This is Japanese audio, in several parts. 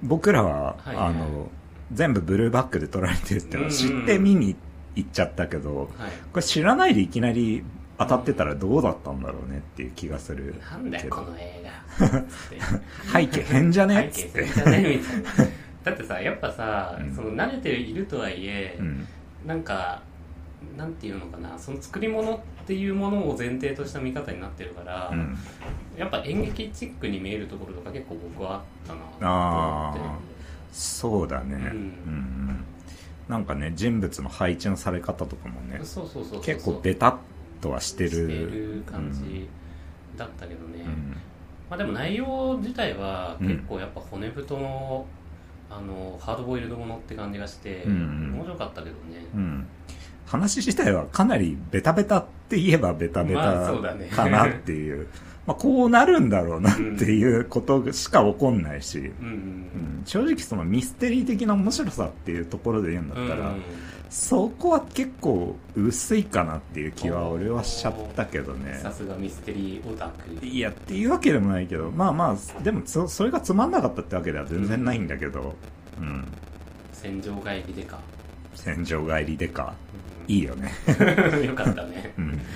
僕らは、 はいはい、 全部ブルーバックで撮られてるってのを知って見に行っちゃったけど、これ知らないでいきなり当たってたらどうだったんだろうねっていう気がする。 なんだよこの映画背景変じゃね背景変じゃねみたいな。だってさやっぱさ、その慣れているとはいえ、なんかなんていうのかな、その作り物っていうものを前提とした見方になってるから、やっぱ演劇チックに見えるところとか結構僕はあったなと思って。 そうだね、なんかね人物の配置のされ方とかもね結構ベタっとはしてる感じだったけどね、まあ、でも内容自体は結構やっぱ骨太の、ハードボイルドものって感じがして、面白かったけどね、 話自体はかなりベタベタって言えばベタベタかなっていう、まあこうなるんだろうなっていうことしか起こんないし、正直そのミステリー的な面白さっていうところで言うんだったら、そこは結構薄いかなっていう気は俺はしちゃったけどね。 さすがミステリーオタク。 いやっていうわけでもないけど、まあまあでもそれがつまんなかったってわけでは全然ないんだけど、 戦場帰りでか。 戦場帰りでか、いいよね。 よかったね。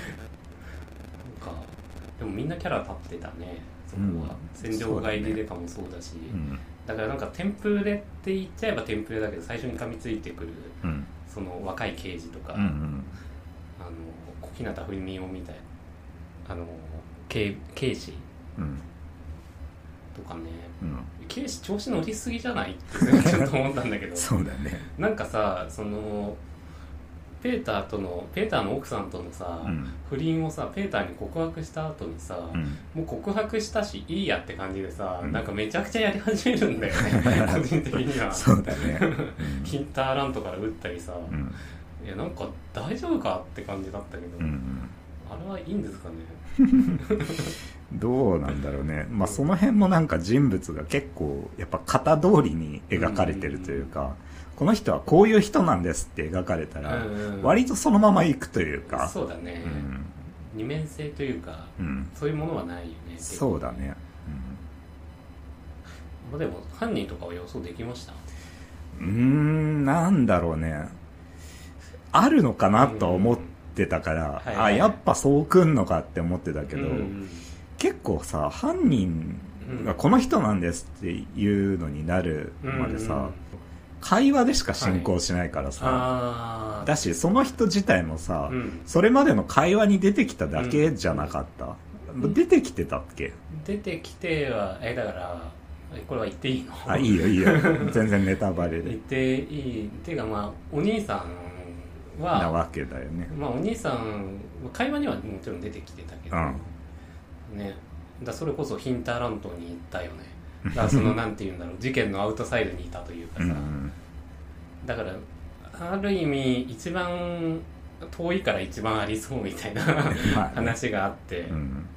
でもみんなキャラ立ってたね、そこは。戦場帰りでかもそうだし、だからなんかテンプレって言っちゃえばテンプレだけど、最初に噛みついてくる、その若い刑事とか、小日向文雄みたいな刑事、とかね、刑事調子乗りすぎじゃないってちょっと思ったんだけどそうだね。 なんかさ、そのペーターの奥さんとのさ、不倫をさペーターに告白した後にさ、もう告白したしいいやって感じでさ、なんかめちゃくちゃやり始めるんだよね個人的には。 そうだね。 ヒンターラントから打ったりさ、いやなんか大丈夫かって感じだったけど、あれはいいんですかねどうなんだろうね。まあその辺もなんか人物が結構やっぱ型通りに描かれてるというか、この人はこういう人なんですって描かれたら、割とそのまま行くというか。 そうだね、二面性というか、そういうものはないよね。 そうだね。 まあでも犯人とかは予想できました？ なんだろうね。あるのかなと思ってたから、やっぱそうくんのかって思ってたけど、結構さ、犯人がこの人なんですっていうのになるまでさ、会話でしか進行しないからさ、だしその人自体もさ、それまでの会話に出てきただけじゃなかった、出てきてたっけ？出てきてはだからこれは言っていいの？ いいよいいよ全然ネタバレで言っていいっていうか、まあお兄さんはなわけだよね。 まあお兄さん会話にはもちろん出てきてたけど、ね、だそれこそヒンターラントに行ったよね。だからそのなんていうんだろう、事件のアウトサイドにいたというかさ、だからある意味一番遠いから一番ありそうみたいな話があって、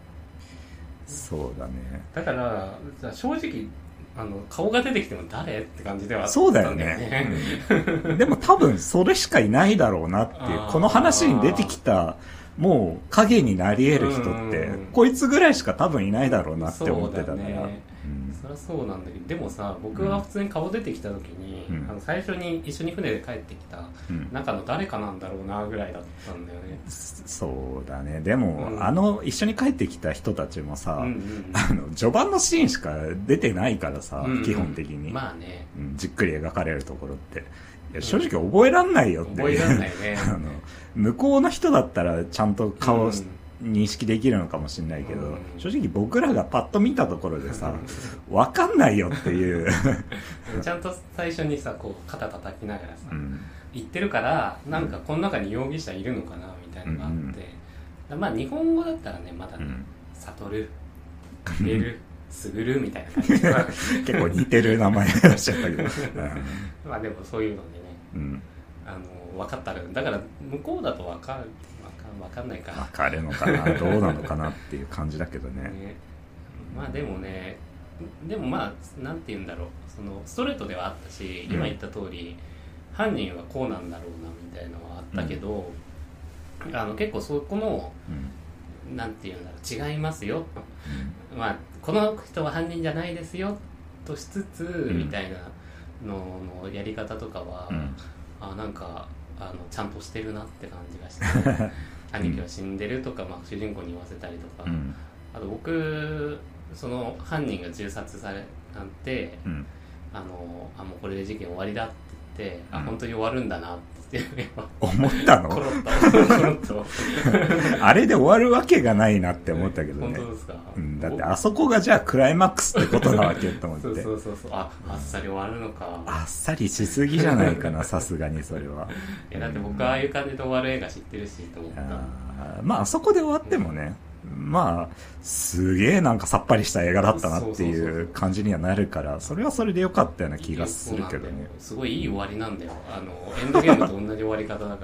そうだね。 だから正直顔が出てきても誰って感じではあったんだよね。 そうだよね。でも多分それしかいないだろうなっていう、この話に出てきたもう影になり得る人ってこいつぐらいしか多分いないだろうなって思ってたから。 そりゃそうなんだけど、でもさ、僕は普通に顔出てきた時に、最初に一緒に船で帰ってきた中の誰かなんだろうなぐらいだったんだよね。 そうだね。でも、一緒に帰ってきた人たちもさ、序盤のシーンしか出てないからさ、基本的に、 まあね、 じっくり描かれるところって、いや正直覚えらんないよって覚えらんないね向こうの人だったらちゃんと顔認識できるのかもしれないけど、正直僕らがパッと見たところでさ分かんないよっていうちゃんと最初にさこう肩叩きながらさ、言ってるからなんかこの中に容疑者いるのかなみたいなのがあって、まあ日本語だったらねまだね、悟る、かける、すぐるみたいな感じが結構似てる名前がしちゃったけどまあでもそういうのでね、分かったらだから向こうだと分かんないか、 分かるのかなどうなのかなっていう感じだけどねまあでもね、でもまあなんて言うんだろう、そのストレートではあったし、今言った通り犯人はこうなんだろうなみたいなのはあったけど、結構そこの、なんて言うんだろう、違いますよ、まあこの人は犯人じゃないですよっとしつつ、みたいなのやり方とかは、なんかちゃんとしてるなって感じがして兄貴は死んでるとか、主人公に言わせたりとか、あと僕その犯人が銃殺されなんて、もうこれで事件終わりだって言って、本当に終わるんだなって思ったの？ コロッとあれで終わるわけがないなって思ったけどね。 本当ですか？ だってあそこがじゃあクライマックスってことなわけと思って。 そう。あっさり終わるのか。 あっさりしすぎじゃないかな、さすがにそれは。 だって僕はああいう感じで終わる映画知ってるしと思った。 あそこで終わってもね、すげえなんかさっぱりした映画だったなっていう感じにはなるから、それはそれでよかったような気がするけどね。 すごいいい終わりなんだよ。エンドゲームと同じ終わり方だから。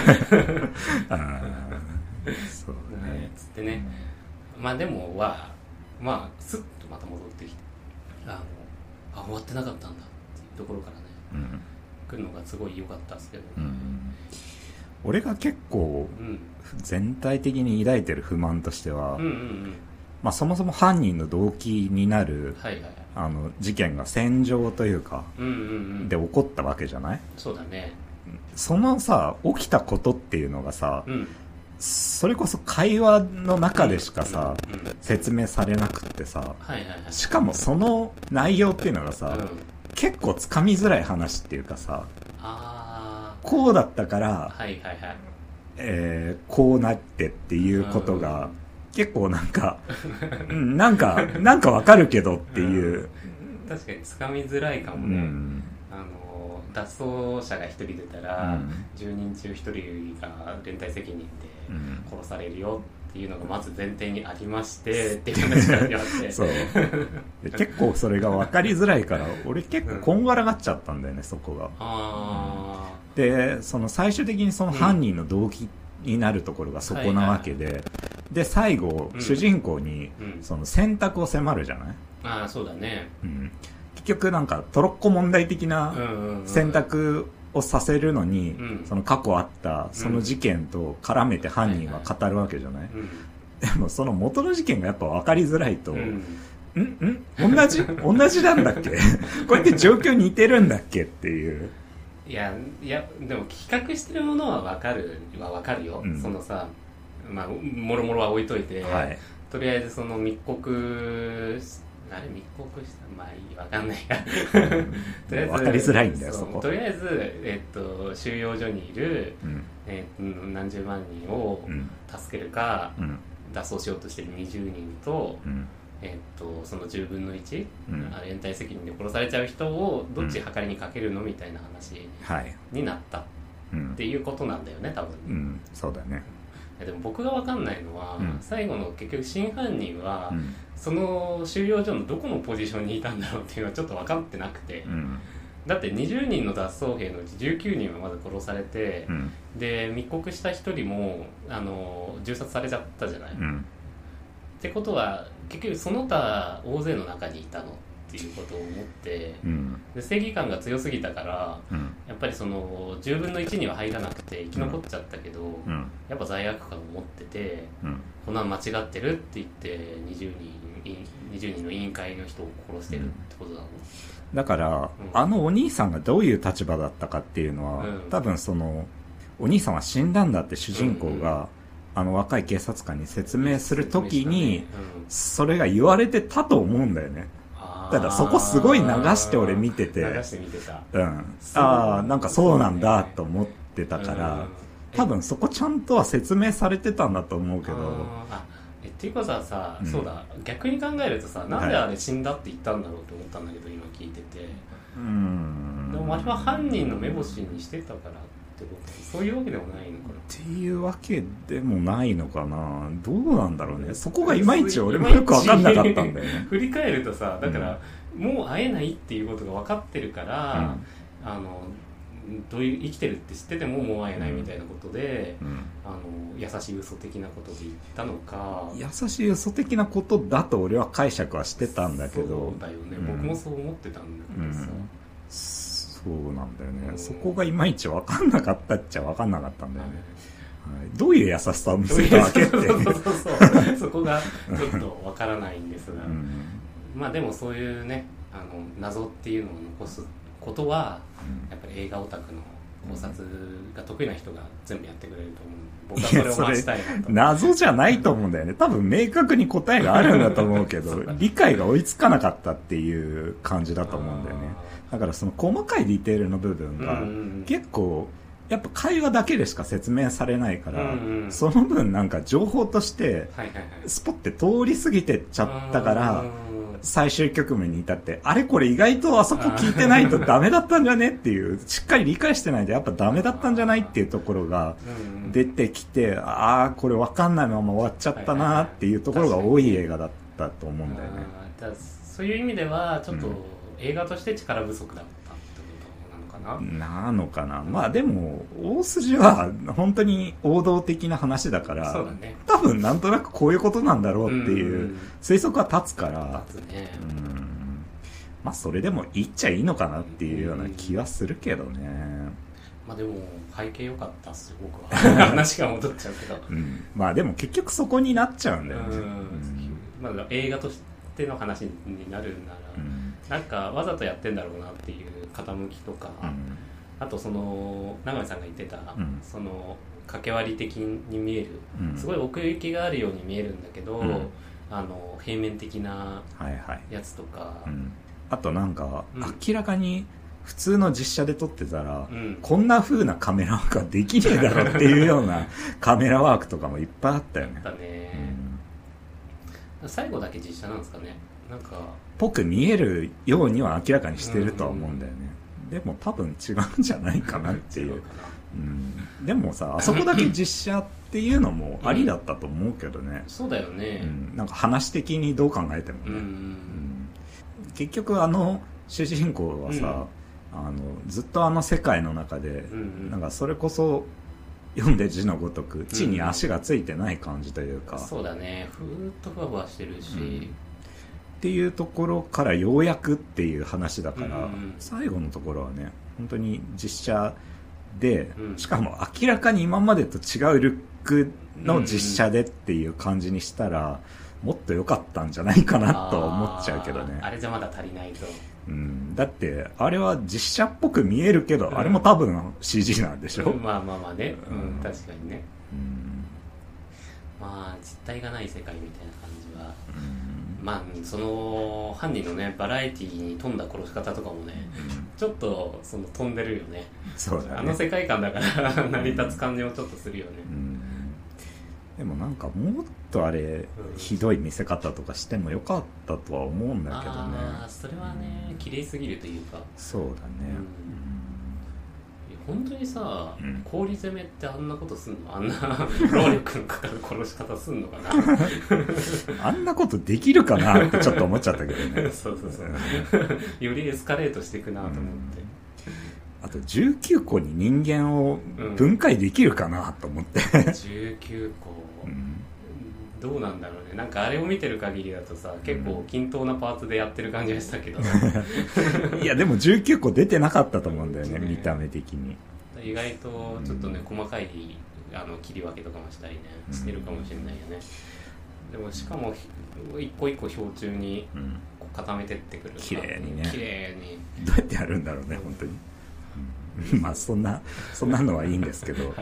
そうね。 つってね。でもスッとまた戻ってきて、終わってなかったんだっていうところからね、来るのがすごい良かったですけどね。 俺が結構、全体的に抱いてる不満としては、そもそも犯人の動機になる、事件が戦場というか、で起こったわけじゃない？ そうだね。 そのさ、起きたことっていうのがさ、それこそ会話の中でしかさ、説明されなくってさ、しかもその内容っていうのがさ、結構つかみづらい話っていうかさ、こうだったから、こうなってっていうことが、結構なんかわかるけどっていう。 確かにつかみづらいかもね。脱走者が1人出たら、10人中1人が連帯責任で殺されるよっていうのがまず前提にありましてっていう話がありましてそうで結構それが分かりづらいから俺結構こんがらがっちゃったんだよね、そこが。でその最終的にその犯人の動機になるところがそこなわけで、で最後、主人公にその選択を迫るじゃない？ そうだね。 結局なんかトロッコ問題的な選択をさせるのに、その過去あったその事件と絡めて犯人は語るわけじゃない？でもその元の事件がやっぱ分かりづらいと、同じなんだっけこうやって状況似てるんだっけっていう。 いやでも企画してるものは分かるよ、そのさ、もろもろは置いといて、とりあえずその密告したいいわかんないやとりあえず分かりづらいんだよそこ。 とりあえず、収容所にいる、何十万人を助けるか、脱走しようとしてる20人と、その10分の1、連帯責任で殺されちゃう人をどっち計りにかけるのみたいな話になったっていうことなんだよね、多分。 そうだね。 でも僕が分かんないのは、最後の結局真犯人は、その収容所のどこのポジションにいたんだろうっていうのはちょっと分かってなくて、だって20人の脱走兵のうち19人はまず殺されて、で密告した1人も銃殺されちゃったじゃない、ってことは結局その他大勢の中にいたのっていうことを思って、で正義感が強すぎたから、やっぱりその10分の1には入らなくて生き残っちゃったけど、やっぱ罪悪感を持ってて、こんなん間違ってるって言って20人の委員会の人を殺してるってことだもん。 だから、お兄さんがどういう立場だったかっていうのは、多分そのお兄さんは死んだんだって主人公が、若い警察官に説明するときに、それが言われてたと思うんだよね。ただそこすごい流して俺見てて、なんかそうなんだと思ってたから、多分そこちゃんとは説明されてたんだと思うけど。 っていうかさ、そうだ、逆に考えるとさ、なんであれ死んだって言ったんだろうって思ったんだけど、今聞いてて。でもあれは犯人の目星にしてたからってこと、そういうわけでもないのかなっていうわけでもないのかな。どうなんだろうね。そこがいまいち俺もよく分かんなかったんだよね。 振り返るとさ、だから、もう会えないっていうことが分かってるから、どういう生きてるって知っててももう会えないみたいなことで、優しい嘘的なことで言ったのか。優しい嘘的なことだと俺は解釈はしてたんだけど。 そうだよね、僕もそう思ってたんだけどさ。 そうなんだよね。そこがいまいち分かんなかったっちゃ分かんなかったんだよね。どういう優しさを見せたわけって。 そこがちょっと分からないんですが。 まあでもそういうね謎っていうのを残すことは、やっぱり映画オタクの考察が得意な人が全部やってくれると思う。僕はそれを待ちたいなと。 謎じゃないと思うんだよね。多分明確に答えがあるんだと思うけど理解が追いつかなかったっていう感じだと思うんだよね。だからその細かいディテールの部分が結構やっぱ会話だけでしか説明されないから、その分なんか情報としてスポッて通り過ぎてっちゃったから、最終局面に至ってあれこれ意外とあそこ聞いてないとダメだったんじゃねっていう、しっかり理解してないとやっぱダメだったんじゃないっていうところが出てきて、ああこれ分かんないまま終わっちゃったなっていうところが多い映画だったと思うんだよね。 そういう意味ではちょっと映画として力不足だったなのかな。まあでも大筋は本当に王道的な話だから、 そうだね、 多分なんとなくこういうことなんだろうっていう推測は立つから、まあそれでも言っちゃいいのかなっていうような気はするけどね。 まあでも背景良かったっすよ僕は話が戻っちゃうけど、 まあでも結局そこになっちゃうんだよね。 まあ映画としての話になるなら、なんかわざとやってんだろうなっていう傾きとか、あとその永井さんが言ってた、その掛け割り的に見える、すごい奥行きがあるように見えるんだけど、平面的なやつとか、 あとなんか、明らかに普通の実写で撮ってたら、こんな風なカメラワークはできねえだろっていうようなカメラワークとかもいっぱいあったよね。 最後だけ実写なんですかね。なんかぽく見えるようには明らかにしてるとは思うんだよね。でも多分違うんじゃないかなっていう。でもさ、あそこだけ実写っていうのもありだったと思うけどね。 そうだよね。 なんか話的にどう考えてもね。結局主人公はさ、ずっと世界の中で、なんかそれこそ読んで字のごとく地に足がついてない感じというか、 そうだね、ふーっとふわふわしてるし、 っていうところからようやくっていう話だから、最後のところはね本当に実写で、しかも明らかに今までと違うルックの実写でっていう感じにしたら、もっと良かったんじゃないかなと思っちゃうけどね。 あれじゃまだ足りないと。 だってあれは実写っぽく見えるけど、あれも多分 CG なんでしょ。 まあまあまあね、確かにね。まあ実体がない世界みたいな感じは、まあその犯人のねバラエティに富んだ殺し方とかもね、ちょっとその飛んでるよね。 そうだね。 あの世界観だから成り立つ感じもちょっとするよね。 でもなんかもっとあれ、ひどい見せ方とかしてもよかったとは思うんだけどね。 それはね、綺麗すぎるというか。 そうだね。 本当にさ、氷攻めってあんなことすんの？あんな労力のかかる殺し方すんのかな。 あんなことできるかなってちょっと思っちゃったけどね。 そうよりエスカレートしていくなと思って。 あと19個に人間を分解できるかなと思って、 19個、どうなんだろうね。なんかあれを見てる限りだとさ、結構均等なパーツでやってる感じがしたけど、 いやでも19個出てなかったと思うんだよね、見た目的に。 意外とちょっとね、細かい切り分けとかもしたりね、してるかもしれないよね。でもしかも一個一個標柱に固めてってくる、 綺麗にね。 綺麗にどうやってやるんだろうね、本当に。まあそんなのはいいんですけど、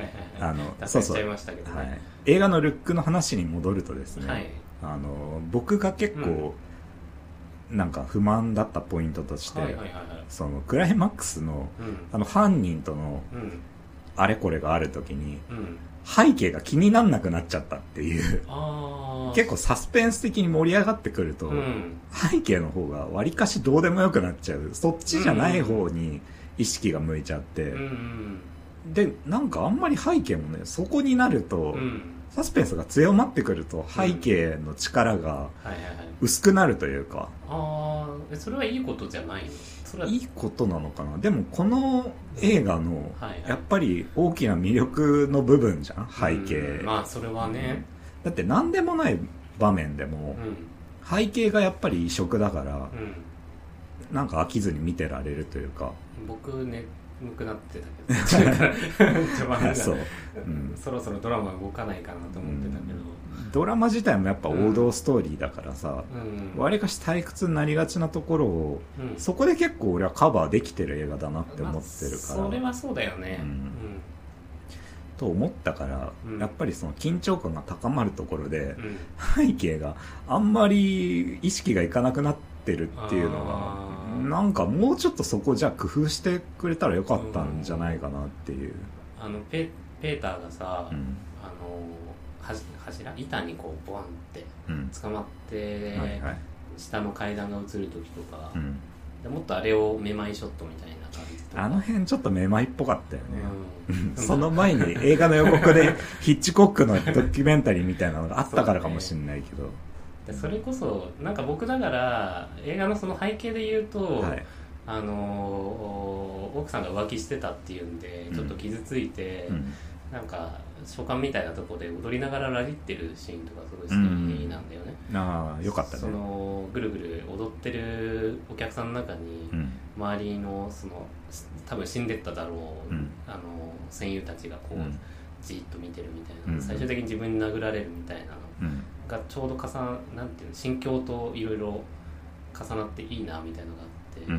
映画のルックの話に戻るとですね、僕が結構なんか不満だったポイントとして、そのクライマックスの犯人とのあれこれがある時に背景が気になんなくなっちゃったっていう、結構サスペンス的に盛り上がってくると、背景の方がわりかしどうでもよくなっちゃう、そっちじゃない方に意識が向いちゃって、でなんかあんまり背景もね、そこになると、サスペンスが強まってくると背景の力が薄くなるというか、 それはいいことじゃないの？それはいいことなのかな。でもこの映画のやっぱり大きな魅力の部分じゃん、背景。 まあそれはね、 だって何でもない場面でも背景がやっぱり異色だから、なんか飽きずに見てられるというか。 僕ね、 眠くなってたけど序盤がそう、 そろそろドラマ動かないかなと思ってたけど、 ドラマ自体もやっぱ王道ストーリーだからさ、わりかし退屈になりがちなところを、そこで結構俺はカバーできてる映画だなって思ってるから、 それはそうだよね、 と思ったから、やっぱりその緊張感が高まるところで、背景があんまり意識がいかなくなってるっていうのが、なんかもうちょっとそこじゃあ工夫してくれたらよかったんじゃないかなっていう。 ペーターがさ、柱板にこうボワンって捕まって、下の階段が映る時とか、でもっとあれをめまいショットみたいな感じとか、 あの辺ちょっとめまいっぽかったよね、その前に映画の予告でヒッチコックのドキュメンタリーみたいなのがあったからかもしれないけど、 それこそなんか僕だから映画のその背景で言うと、奥さんが浮気してたっていうんでちょっと傷ついて、なんか書簡みたいなところで踊りながらラリってるシーンとかすごい好きなんだよね、 ああよかったね。 そのぐるぐる踊ってるお客さんの中に、周りのその多分死んでっただろう、戦友たちがこう、じーっと見てるみたいな、最終的に自分に殴られるみたいなのがちょうどなんていうの、心境といろいろ重なっていいなみたいなのがあって、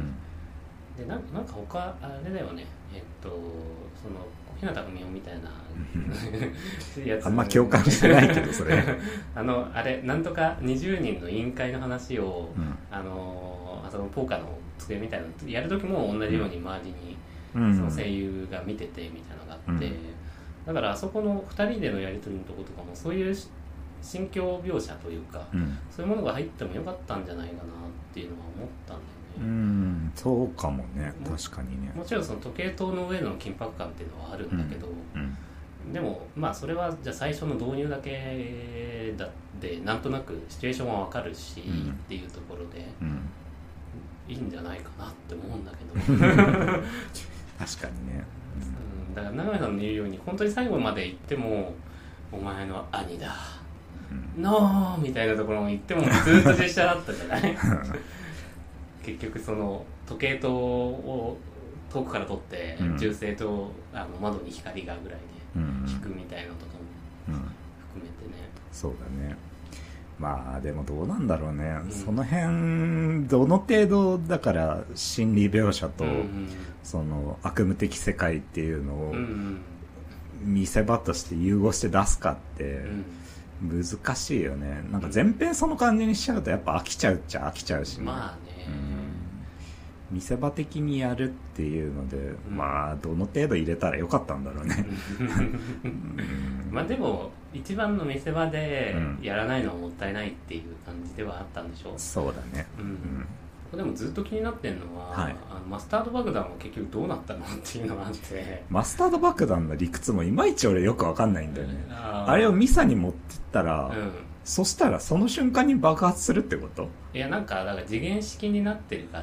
でなんか他あれだよね、その小日向文雄みたいなやつあんま共感してないけどそれあれなんとか20人の委員会の話を、そのポーカーの机みたいなのやる時も同じように周りにその声優が見ててみたいなのがあって、だからあそこの2人でのやり取りのとことかもそういう心境描写というか、そういうものが入ってもよかったんじゃないかなっていうのは思ったんだよね。 そうかもね、確かにね。 もちろんその時計塔の上での緊迫感っていうのはあるんだけど、でもまあそれはじゃあ最初の導入だけだってなんとなくシチュエーションはわかるし、っていうところで、いいんじゃないかなって思うんだけど確かにね、 だから永井さんの言うように本当に最後まで行ってもお前の兄だ、ノーみたいなところも行ってもずっと実写だったじゃない結局その時計塔を遠くから撮って、銃声と窓に光がぐらいで引くみたいなのとかも含めてね、 そうだね。まあでもどうなんだろうね、その辺どの程度だから心理描写と、その悪夢的世界っていうのを見せ場として融合して出すかって難しいよね。なんか全編その感じにしちゃうとやっぱ飽きちゃうっちゃ飽きちゃうしね。 まあね、 見せ場的にやるっていうので、まあどの程度入れたらよかったんだろうねまあでも一番の見せ場でやらないのはもったいないっていう感じではあったんでしょう。 そうだね。 でもずっと気になってるのは、マスタード爆弾は結局どうなったのっていうのがあって、マスタード爆弾の理屈もいまいち俺よく分かんないんだよね。あれをミサに持ってったら、そしたらその瞬間に爆発するってこと？ いやなんかだから次元式になってるから、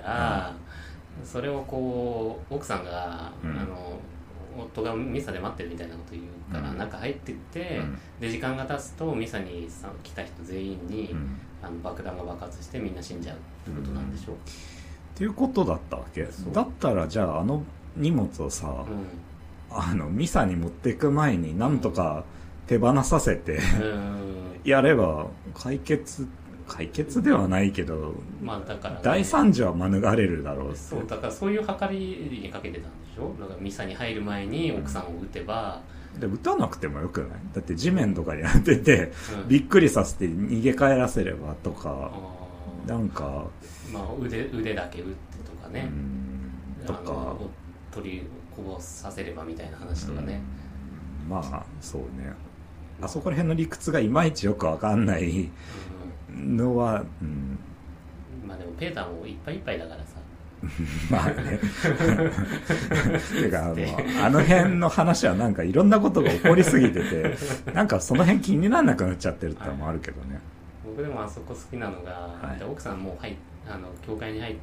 それをこう奥さんが、夫がミサで待ってるみたいなこと言うから、中入ってって、で時間が経つとミサに来た人全員に、爆弾が爆発してみんな死んじゃうってことなんでしょう、 っていうことだったわけだったら、じゃあ荷物をさ、ミサに持っていく前になんとか手放させて、やれば解決ではないけど、 まあだから、 大惨事は免れるだろう。 そうだからそういう計りにかけてたんでしょ。だからミサに入る前に奥さんを撃てば、 で撃たなくてもよくない？だって地面とかに当てて、びっくりさせて逃げ帰らせればとか、なんかまあ腕だけ撃ってとかね、 とか取りこぼさせればみたいな話とかね、 まあそうね、あそこら辺の理屈がいまいちよくわかんないのは、 まあでもペーターもいっぱいいっぱいだからさまあねてかあの辺の話はなんかいろんなことが起こりすぎててなんかその辺気にならなくなっちゃってるってのもあるけどね、 僕でもあそこ好きなのが、奥さんもう教会に入って、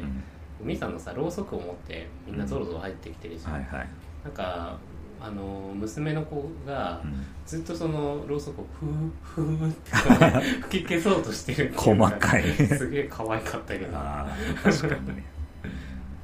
ミサのさろうそくを持ってみんなゾロゾロ入ってきてるし、なんか娘の子がずっとそのろうそくをフーって吹き消そうとしてる細かいすげえ可愛かったけど、 確かにねやっ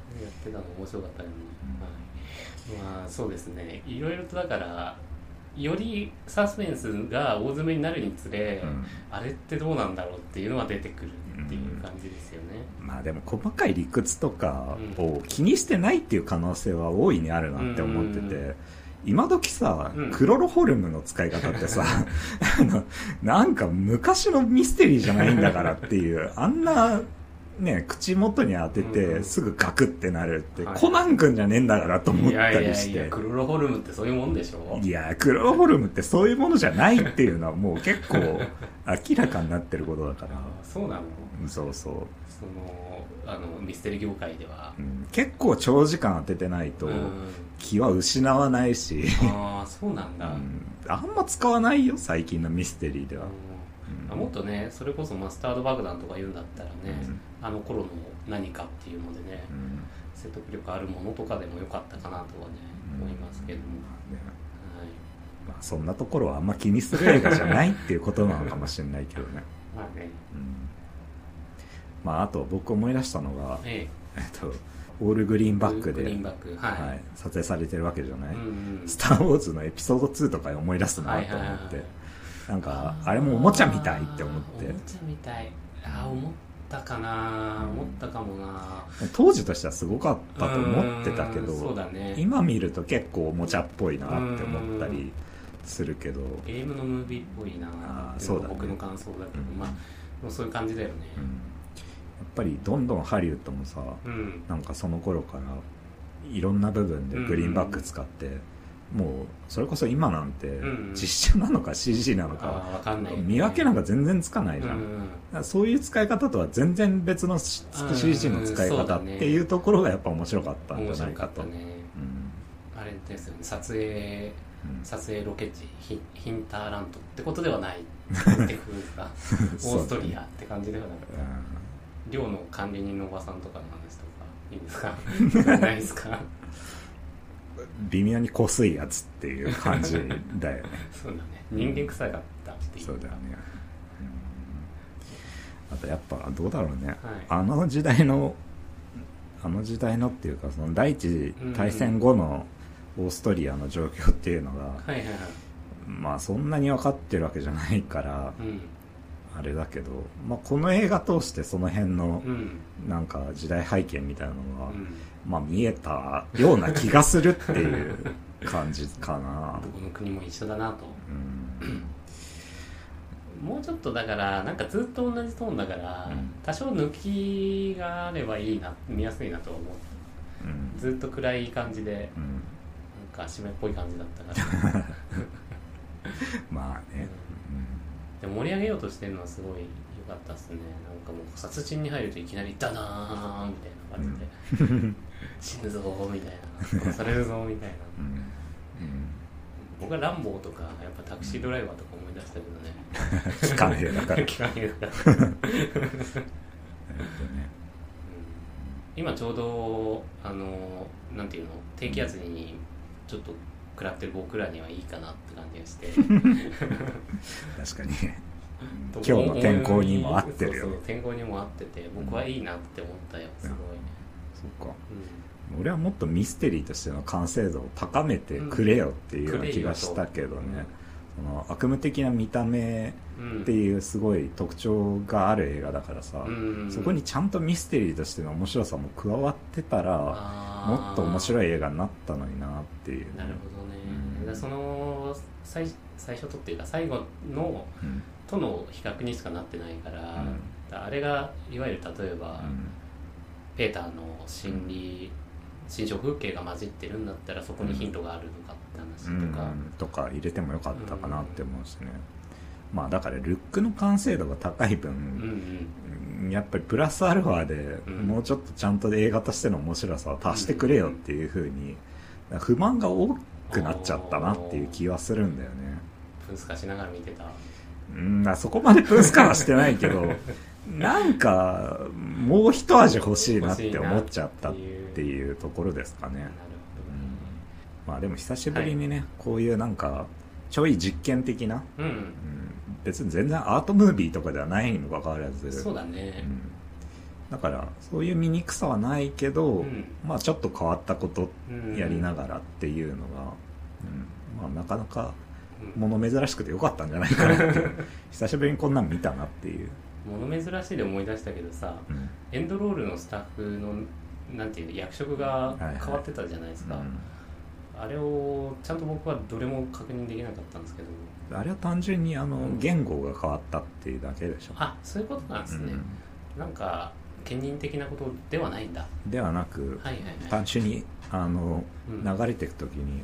ってたの面白かったよね、はい、まあそうですね、いろいろとだからよりサスペンスが大詰めになるにつれ、あれってどうなんだろうっていうのが出てくるっていう感じですよね、 まあでも細かい理屈とかを気にしてないっていう可能性は大いにあるなって思ってて、今時さ、クロロホルムの使い方ってさなんか昔のミステリーじゃないんだからっていうあんなね、口元に当ててすぐガクってなるって、コナン君じゃねえんだからと思ったりして。 いやクロロホルムってそういうもんでしょ。 いやクロロホルムってそういうものじゃないっていうのはもう結構明らかになってることだからそうなの。 そうそう、 ミステリー業界では、 結構長時間当ててないと気は失わないしああそうなんだ、 あんま使わないよ最近のミステリーでは、 もっとね、それこそマスタード爆弾とか言うんだったらね、あの頃の何かっていうのでね、説得力あるものとかでもよかったかなとはね、思いますけども、 まあ、そんなところはあんま気にする映画じゃないっていうことなのかもしれないけどねまあね、 まああと僕思い出したのが、オールグリーンバックで撮影されてるわけじゃない、スター・ウォーズのエピソード2とか思い出すなと思って、なんかあれもおもちゃみたいって思って、 おもちゃみたい、思ったかな、思ったかもな。 当時としてはすごかったと思ってたけど、 そうだね、 今見ると結構おもちゃっぽいなって思ったりするけど、 ゲームのムービーっぽいなっていうのが僕の感想だけど、まあそういう感じだよね、 やっぱりどんどんハリウッドもさ、なんかその頃からいろんな部分でグリーンバック使って、もうそれこそ今なんて実写なのか CG なのか見分けなんか全然つかないじゃん、そういう使い方とは全然別の CG の使い方っていうところがやっぱ面白かったんじゃないかと、 あれですよね、撮影ロケ地ヒンターランドってことではないってことですかオーストリアって感じではなくて、寮の管理人のおばさんとかの話とかいいんですかないですか微妙に濃いやつっていう感じだよねそうだね、人間臭かったっていう、 そうだよね、あとやっぱどうだろうね、あの時代のっていうか、その第一次大戦後のオーストリアの状況っていうのが、まあそんなに分かってるわけじゃないから、あれだけど、まあ、この映画通してその辺のなんか時代背景みたいなのが、まあ、見えたような気がするっていう感じかなどこの国も一緒だなと、もうちょっとだからなんかずっと同じトーンだから、多少抜きがあればいいな、見やすいなと思う、ずっと暗い感じで、なんか湿っぽい感じだったからまあね、 でも盛り上げようとしてるのはすごい良かったですね。なんかもう殺人に入るといきなりダナーンみたいな感じで、死ぬぞみたいな、殺されるぞみたいな、僕はランボーとかやっぱタクシードライバーとか思い出したけどね機関兵だから機関兵だから今ちょうどなんていうの、低気圧にちょっと食らってる僕らにはいいかなって感じがして確かに今日の天候にも合ってるよ。 そう天候にも合ってて僕はいいなって思ったよ、すごいね。 そっか、俺はもっとミステリーとしての完成度を高めてくれよっていうような気がしたけどね、その悪夢的な見た目っていうすごい特徴がある映画だからさ、そこにちゃんとミステリーとしての面白さも加わってたらもっと面白い映画になったのになっていう、 なるほどね、その最初とっていうか最後の、との比較にしかなってないから、あれがいわゆる例えば、ペーターの心象風景が混じってるんだったらそこにヒントがあるのかって話とか、 とか入れてもよかったかなって思うしね、まあだからルックの完成度が高い分、やっぱりプラスアルファでもうちょっとちゃんと映画としての面白さを足してくれよっていう風に不満が大きくなっちゃったなっていう気はするんだよね。 プンスカしながら見てた。 そこまでプンスカはしてないけどなんかもう一味欲しいなって思っちゃったっていうところですかね。なるほどね。まあでも久しぶりにね、こういうなんかちょい実験的な、別に全然アートムービーとかではないにもかかわらず、 そうだね、 だからそういう醜さはないけど、まあちょっと変わったことやりながらっていうのが、まあなかなか物珍しくてよかったんじゃないかなって久しぶりにこんなん見たなっていう。 物珍しいで思い出したけどさ、エンドロールのスタッフのなんていう役職が変わってたじゃないですか、あれをちゃんと僕はどれも確認できなかったんですけど、 あれは単純に言語が変わったっていうだけでしょ。 あ、そういうことなんですね、なんか権威的なことではないんだ。 ではなく、単純に流れていくときに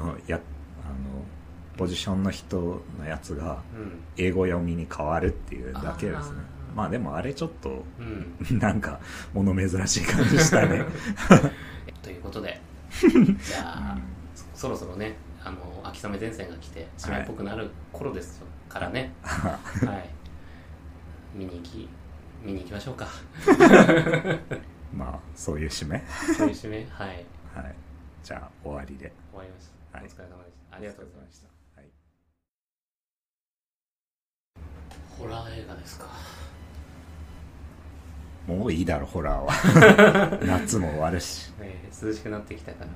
ポジションの人のやつが英語読みに変わるっていうだけですね。まあでもあれちょっと、なんか物珍しい感じしたねということでじゃあそろそろね秋雨前線が来て湿っぽくなる頃ですからね、見に行きましょうかまあそういう締めそういう締めはい、 じゃあ終わりで終わりました、お疲れ様でした。ありがとうございました。ホラー映画ですか。 もういいだろホラーは夏も終わるし、 涼しくなってきたから、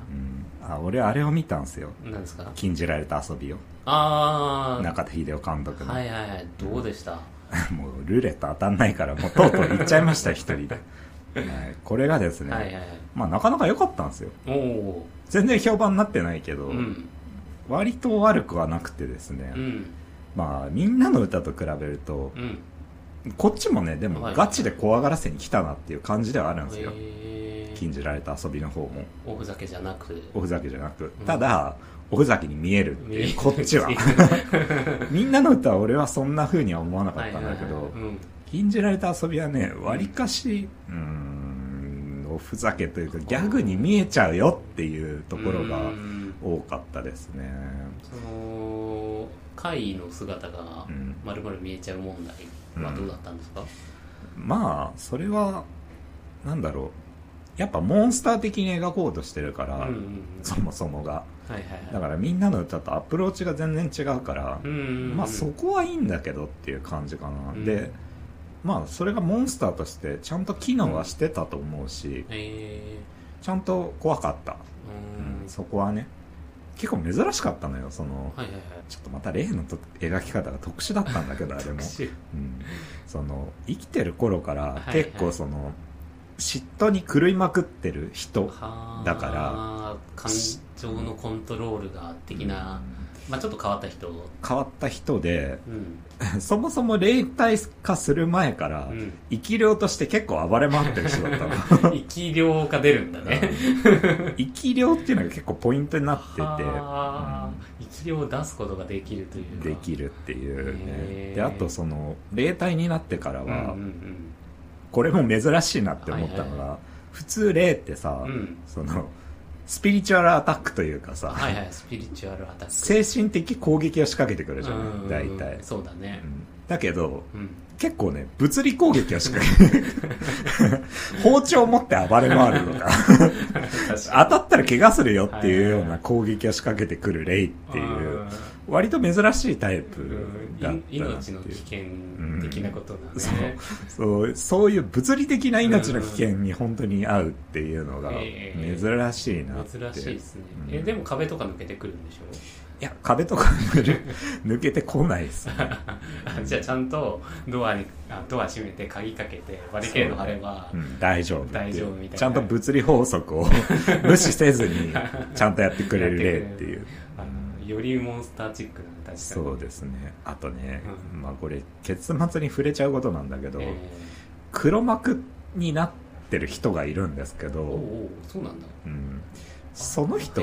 俺あれを見たんすよ。 何ですか。 禁じられた遊びを。中田秀夫監督の。 どうでした。 もうルーレット当たんないからもうとうとう行っちゃいました一人でこれがですね、まあなかなか良かったんですよ。全然評判になってないけど、割と悪くはなくてですね、まあみんなの歌と比べると、こっちもねでもガチで怖がらせに来たなっていう感じではあるんですよ、禁じられた遊びの方も。 おふざけじゃなく、 ただおふざけに見えるっていう、こっちはみんなの歌は俺はそんな風には思わなかったんだけど、禁じられた遊びはねわりかしおふざけというかギャグに見えちゃうよっていうところが多かったですね。 その怪異の姿が丸々見えちゃう問題はどうだったんですか。 まあそれはなんだろう、やっぱモンスター的に描こうとしてるから、そもそもが、だからみんなの歌とアプローチが全然違うから、まあそこはいいんだけどっていう感じかな、でまあそれがモンスターとしてちゃんと機能はしてたと思うし、ちゃんと怖かった、そこはね結構珍しかったのよ。その、ちょっとまた例の描き方が特殊だったんだけどあれも、その生きてる頃から結構その、嫉妬に狂いまくってる人だから感情のコントロールが的な、まあちょっと変わった人で、そもそも霊体化する前から、生き量として結構暴れ回ってる人だったの生き量が出るんだね生き量っていうのが結構ポイントになってて、 生き量を出すことができるというか、 できるっていうね。であとその霊体になってからは、これも珍しいなって思ったのが、普通霊ってさ、そのスピリチュアルアタックというかさ、 スピリチュアルアタック、 精神的攻撃を仕掛けてくるじゃない、大体。 そうだね、 だけど、結構ね物理攻撃を仕掛けて包丁を持って暴れ回るとか当たったら怪我するよっていうような攻撃を仕掛けてくる霊っていう割と珍しいタイプだったなっていう。 命の危険的なことなんですね、 そういう物理的な命の危険に本当に合うっていうのが珍しいなって。 珍しいですね、でも壁とか抜けてくるんでしょ。 いや壁とか抜けてこないですねじゃあちゃんとドア閉めて鍵かけてバリケード張れば、 大丈夫みたいな、ちゃんと物理法則を無視せずにちゃんとやってくれる例っていうよりモンスターチックな、確かにそうですね。あとね、まあこれ結末に触れちゃうことなんだけど、黒幕になってる人がいるんですけど、 そうなんだ、 その人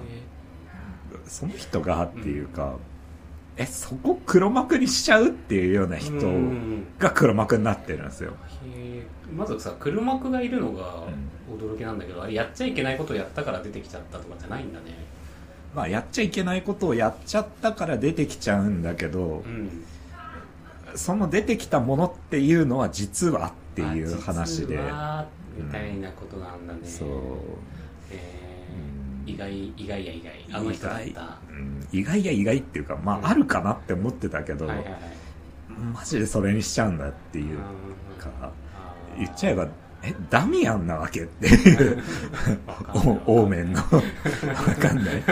がっていうか、そこ黒幕にしちゃうっていうような人が黒幕になってるんですよ。 まずさ、黒幕がいるのが驚きなんだけど、あれやっちゃいけないことをやったから出てきちゃったとかじゃないんだね。 まあやっちゃいけないことをやっちゃったから出てきちゃうんだけど、その出てきたものっていうのは実はっていう話で、 実はみたいなことなんだね。 そう、 意外あの人だった、 意外や意外っていうか、まああるかなって思ってたけど、マジでそれにしちゃうんだっていうか、言っちゃえばダミアンなわけっていうオーメンのわかんない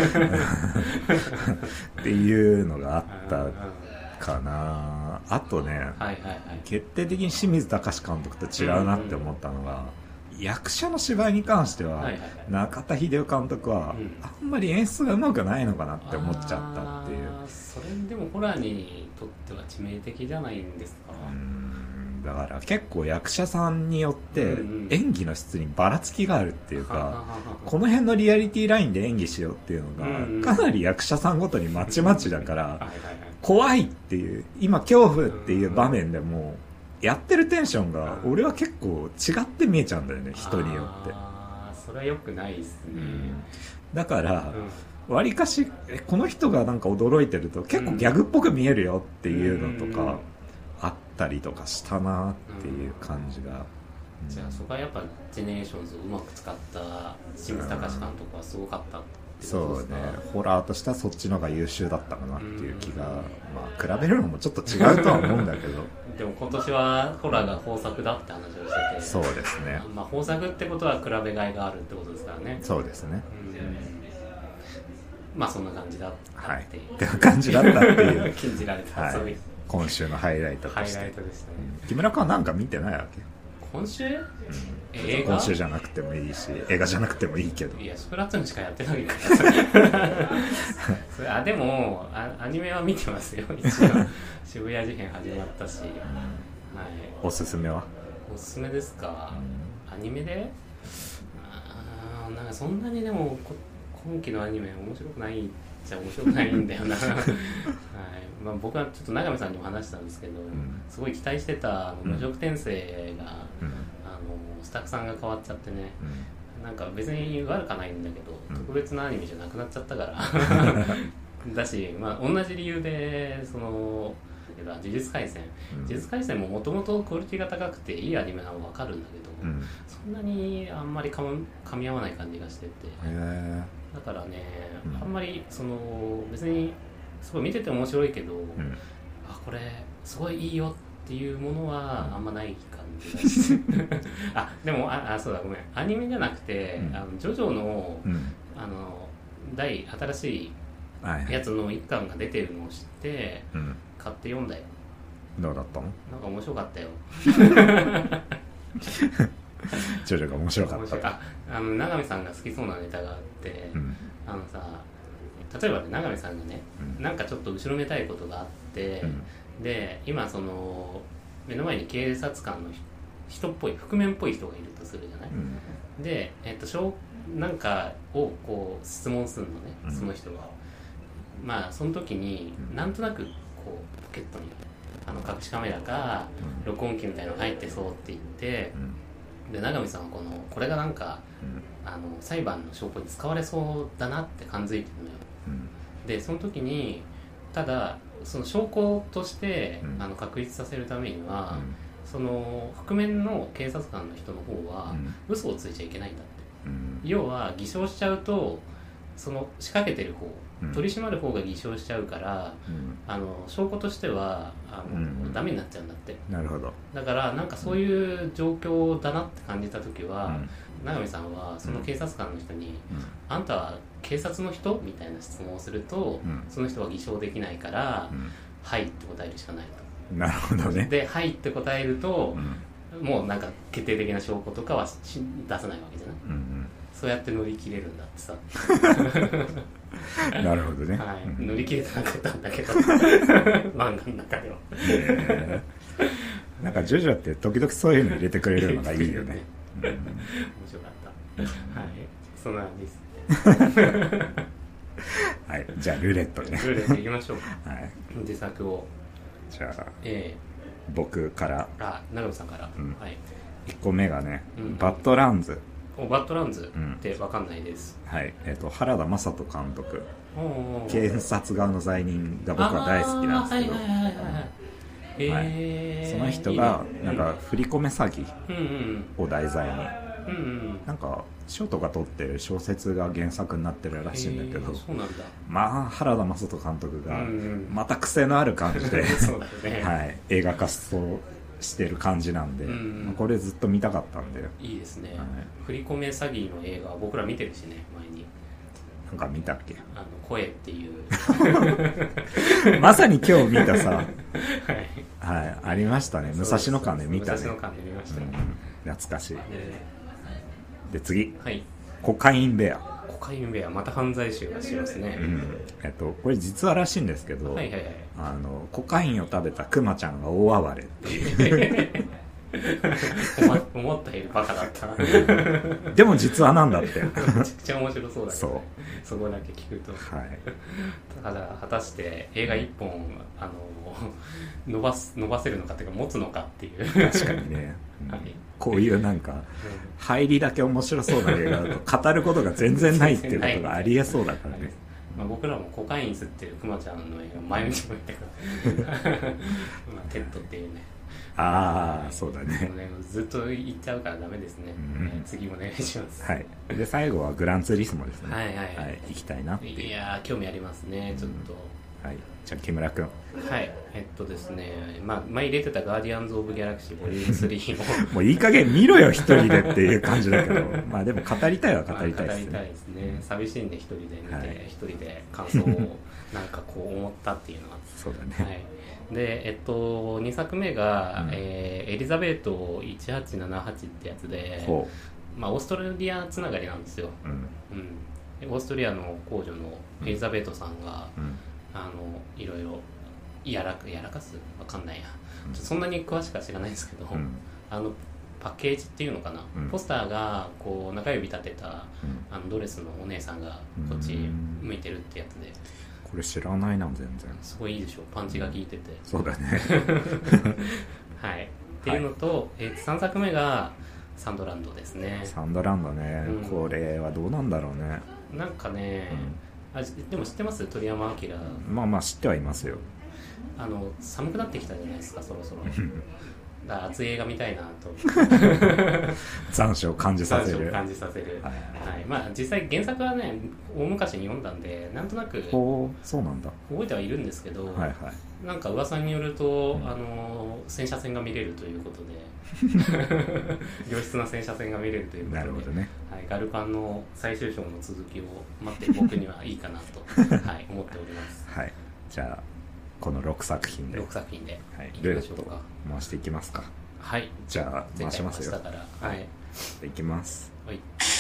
っていうのがあったかな。あとね、決定的に清水崇監督と違うなって思ったのが、役者の芝居に関しては、中田秀夫監督はあんまり演出がうまくないのかなって思っちゃったっていう。 それでもホラーにとっては致命的じゃないんですか。 だから結構役者さんによって演技の質にばらつきがあるっていうか、この辺のリアリティラインで演技しようっていうのがかなり役者さんごとにまちまちだから怖いっていう、今恐怖っていう場面でもやってるテンションが俺は結構違って見えちゃうんだよね、人によって。 それは良くないですね。 だからわりかしこの人がなんか驚いてると結構ギャグっぽく見えるよっていうのとかあったりとかしたなっていう感じが、 じゃあそこはやっぱジェネレーションズをうまく使った清水崇監督はすごかったってことですか。 そうね、ホラーとしてはそっちの方が優秀だったかなっていう気が、まあ比べるのもちょっと違うとは思うんだけどでも今年はホラーが豊作だって話をしてて、 そうですね、 まあ豊作ってことは比べがいがあるってことですからね。 そうですね、 まあそんな感じだったっていう、 って感じだったっていう禁じられた、そういう今週のハイライトとして。 ハイライトでしたね。 木村君はなんか見てないわけ？ 今週？ 映画？今週じゃなくてもいいし、映画じゃなくてもいいけど。 いや、スプラトゥーンしかやってないからでもアニメは見てますよ。一応渋谷事変始まったし、 おすすめは？ おすすめですか？アニメで？なんかそんなにでも今期のアニメ面白くないじゃ面白くないんだよなまあ、僕はちょっと永見さんにも話したんですけど、すごい期待してた無職転生が、スタッフさんが変わっちゃってね、なんか別に悪かないんだけど、特別なアニメじゃなくなっちゃったからだし、まあ、同じ理由でその呪術廻戦、呪術廻戦ももともとクオリティが高くていいアニメなのは分かるんだけど、そんなにあんまり噛み合わない感じがしてて、だからね、あんまりその別にすごい見てて面白いけど、これすごいいいよっていうものはあんまない感じがしてでもそうだ、ごめん、アニメじゃなくて、ジョジョの、新しいやつの一巻が出てるのを知って、買って読んだよ。 どうだったの？ なんか面白かったよジョジョが面白かった。 永見さんが好きそうなネタがあって、例えばね、永見さんがね、なんかちょっと後ろめたいことがあって、で今その目の前に警察官の人っぽい覆面っぽい人がいるとするじゃない、で、なんかをこう質問するのね、その人が。まあその時になんとなくこうポケットに隠しカメラか録音機みたいなのが入ってそうって言って、で永見さんはこれがなんか、裁判の証拠に使われそうだなって感づいてるのよ、でその時にただその証拠として、確立させるためには、その覆面の警察官の人の方は、嘘をついちゃいけないんだって、要は偽証しちゃうとその仕掛けてる方、取り締まる方が偽証しちゃうから、証拠としてはダメになっちゃうんだって。 なるほど。 だからなんかそういう状況だなって感じた時は、永見さんはその警察官の人に、あんたは警察の人みたいな質問をすると、その人は偽証できないから、はいって答えるしかないと。 なるほどね。 で、はいって答えると、もうなんか決定的な証拠とかは出さないわけじゃない、そうやって乗り切れるんだってさなるほどね、 乗り切れてなかったんだけど漫画の中ではなんかジョジョって時々そういうの入れてくれるのがいいよね面白かったそんなんですはい、じゃあルーレットね。 ルーレットいきましょうか。自作を。 じゃあ、僕から。 長野さんから。 1個目がね、バッドランズ。 バッドランズって分かんないです。 はい、原田雅人監督。検察側の罪人が僕は大好きなんですけど。その人がなんか振り込め詐欺を題材に。なんか賞とか取ってる小説が原作になってるらしいんだけど、まあ原田雅人監督がまた癖のある感じで映画化しそうしてる感じなんで、まあ、これずっと見たかったんで。 いいですね、 はい、 振り込め詐欺の映画僕ら見てるしね、前に。 なんか見たっけ、 声っていうまさに今日見たさはい、 はい、ありましたね、武蔵野館で見たね。 武蔵野館で見ましたね、 懐かしい。で次、 はい、 コカインベア。 コカインベア、また犯罪集がしますね。 これ実話らしいんですけど、コカインを食べたクマちゃんが大暴れっていう思ったよりバカだったでも実話なんだってめちゃくちゃ面白そうだけど、ね、そこだけ聞くと、 はい、 ただ果たして映画1本伸ばせるのかっていうか持つのかっていう確かにね、はい、こういうなんか、入りだけ面白そうな映画だと語ることが全然ないっていうことがありえそうだからねまあ、僕らもコカイン吸ってるクマちゃんの映画前見てもいたからまあテッドっていうね、 ああそうだね、 ずっと言っちゃうからダメですね、次お願いします。 はい、で最後はグランツーリスモですね。 はい、 行きたいなっていう。 いや興味ありますね、ちょっと。 はい、じゃあ木村君。 はいですね、まあ前入れてたガーディアンズ・オブ・ギャラクシーボリューム3をもういい加減見ろよ一人でっていう感じだけどまあでも語りたいは語りたいですね。 語りたいですね、寂しいんで一人で見て、一人で感想をなんかこう思ったっていうのはそうだね、 はい、で2作目が、エリザベート1878ってやつで、まあ、オーストラリアつながりなんですよ、オーストリアの公女のエリザベートさんが、いろいろやらかすわかんないや、そんなに詳しくは知らないんですけど、パッケージっていうのかな、ポスターがこう中指立てた、ドレスのお姉さんがこっち向いてるってやつで、 これ知らないな全然。 すごいいいでしょ、パンチが効いてて、 そうだねはいっていうのと、3作目がサンドランドですね。 サンドランドね、これはどうなんだろうね。 なんかね、でも知ってます？鳥山明。 まあ知ってはいますよ。 寒くなってきたじゃないですか、そろそろだから熱い映画見たいなと残暑を感じさせる、 はい、まあ実際原作はね大昔に読んだんでなんとなくそうなんだ覚えてはいるんですけど、なんか噂によると、戦車戦が見れるということで良質な戦車戦が見れるということで、 なるほどね、 はい、ガルパンの最終章の続きを待って僕にはいいかなと、はい、思っております。はい、じゃあこの6作品で、はい、ルーレット回していきますか。はい、じゃあ回しますよ。はい、いきます。はい、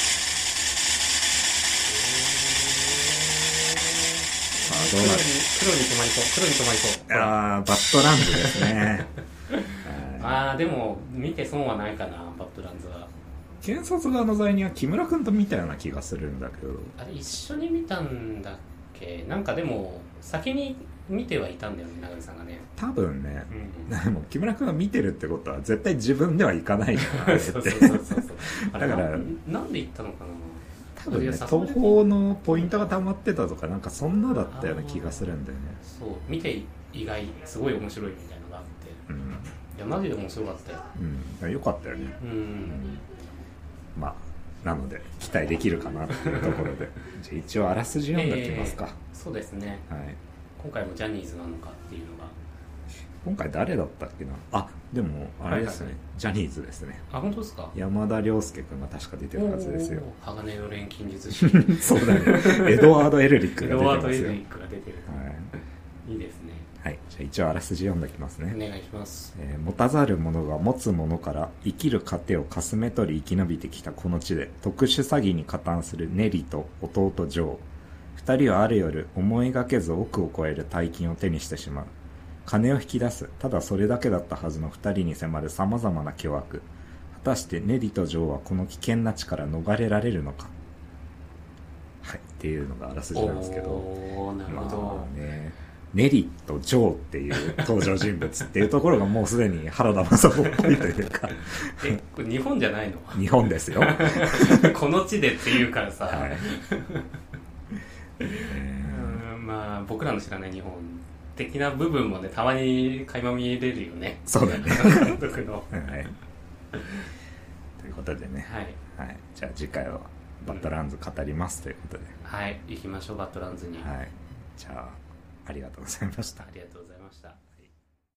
どうなる？黒に止まりそう。バッドランズですねでも見て損はないかな、バッドランズは。 検察側の罪人は木村君と見たような気がするんだけど、 あれ一緒に見たんだっけ。なんかでも先に見てはいたんだよね、長見さんがね。 多分ね、でも木村君が見てるってことは絶対自分では行かないからそうだからなんで行ったのかな。 多分ね、東宝のポイントが溜まってたとかなんかそんなだったような気がするんだよね。 そう見て意外すごい面白いみたいなのがあって、いやマジで面白かったよ。よかったよね。まあなので期待できるかなっていうところでじゃあ一応あらすじ読んでおきますか。 そうですね、はい、今回もジャニーズなのかっていうのが。 今回誰だったっけな。でもあれですね、ジャニーズですね。 本当ですか。 山田涼介君が確か出てるはずですよ。 鋼の錬金術師そうだね、エドワード・エルリックが出てますよ。 エドワード・エルリックが出てる、いいですね。はい、じゃあ一応あらすじ読んでおきますね。お願いします。持たざる者が持つ者から生きる糧をかすめ取り生き延びてきたこの地で特殊詐欺に加担するネリと弟ジョー。二人はある夜思いがけず億を超える大金を手にしてしまう。金を引き出す、ただそれだけだったはずの二人に迫る様々な巨悪。果たしてネリとジョーはこの危険な地から逃れられるのか。はい、っていうのがあらすじなんですけど、なるほど、ネリとジョーっていう登場人物っていうところがもうすでに原田雅子っぽいというかこれ日本じゃないの？ 日本ですよこの地でっていうからさ、まあ僕らの知らない日本的な部分もねたまに垣間見れるよね。 そうだね監督の、ということでね、じゃあ次回はバッドランズ語りますということで、はい、行きましょうバッドランズに。はい、じゃあありがとうございました。ありがとうございました。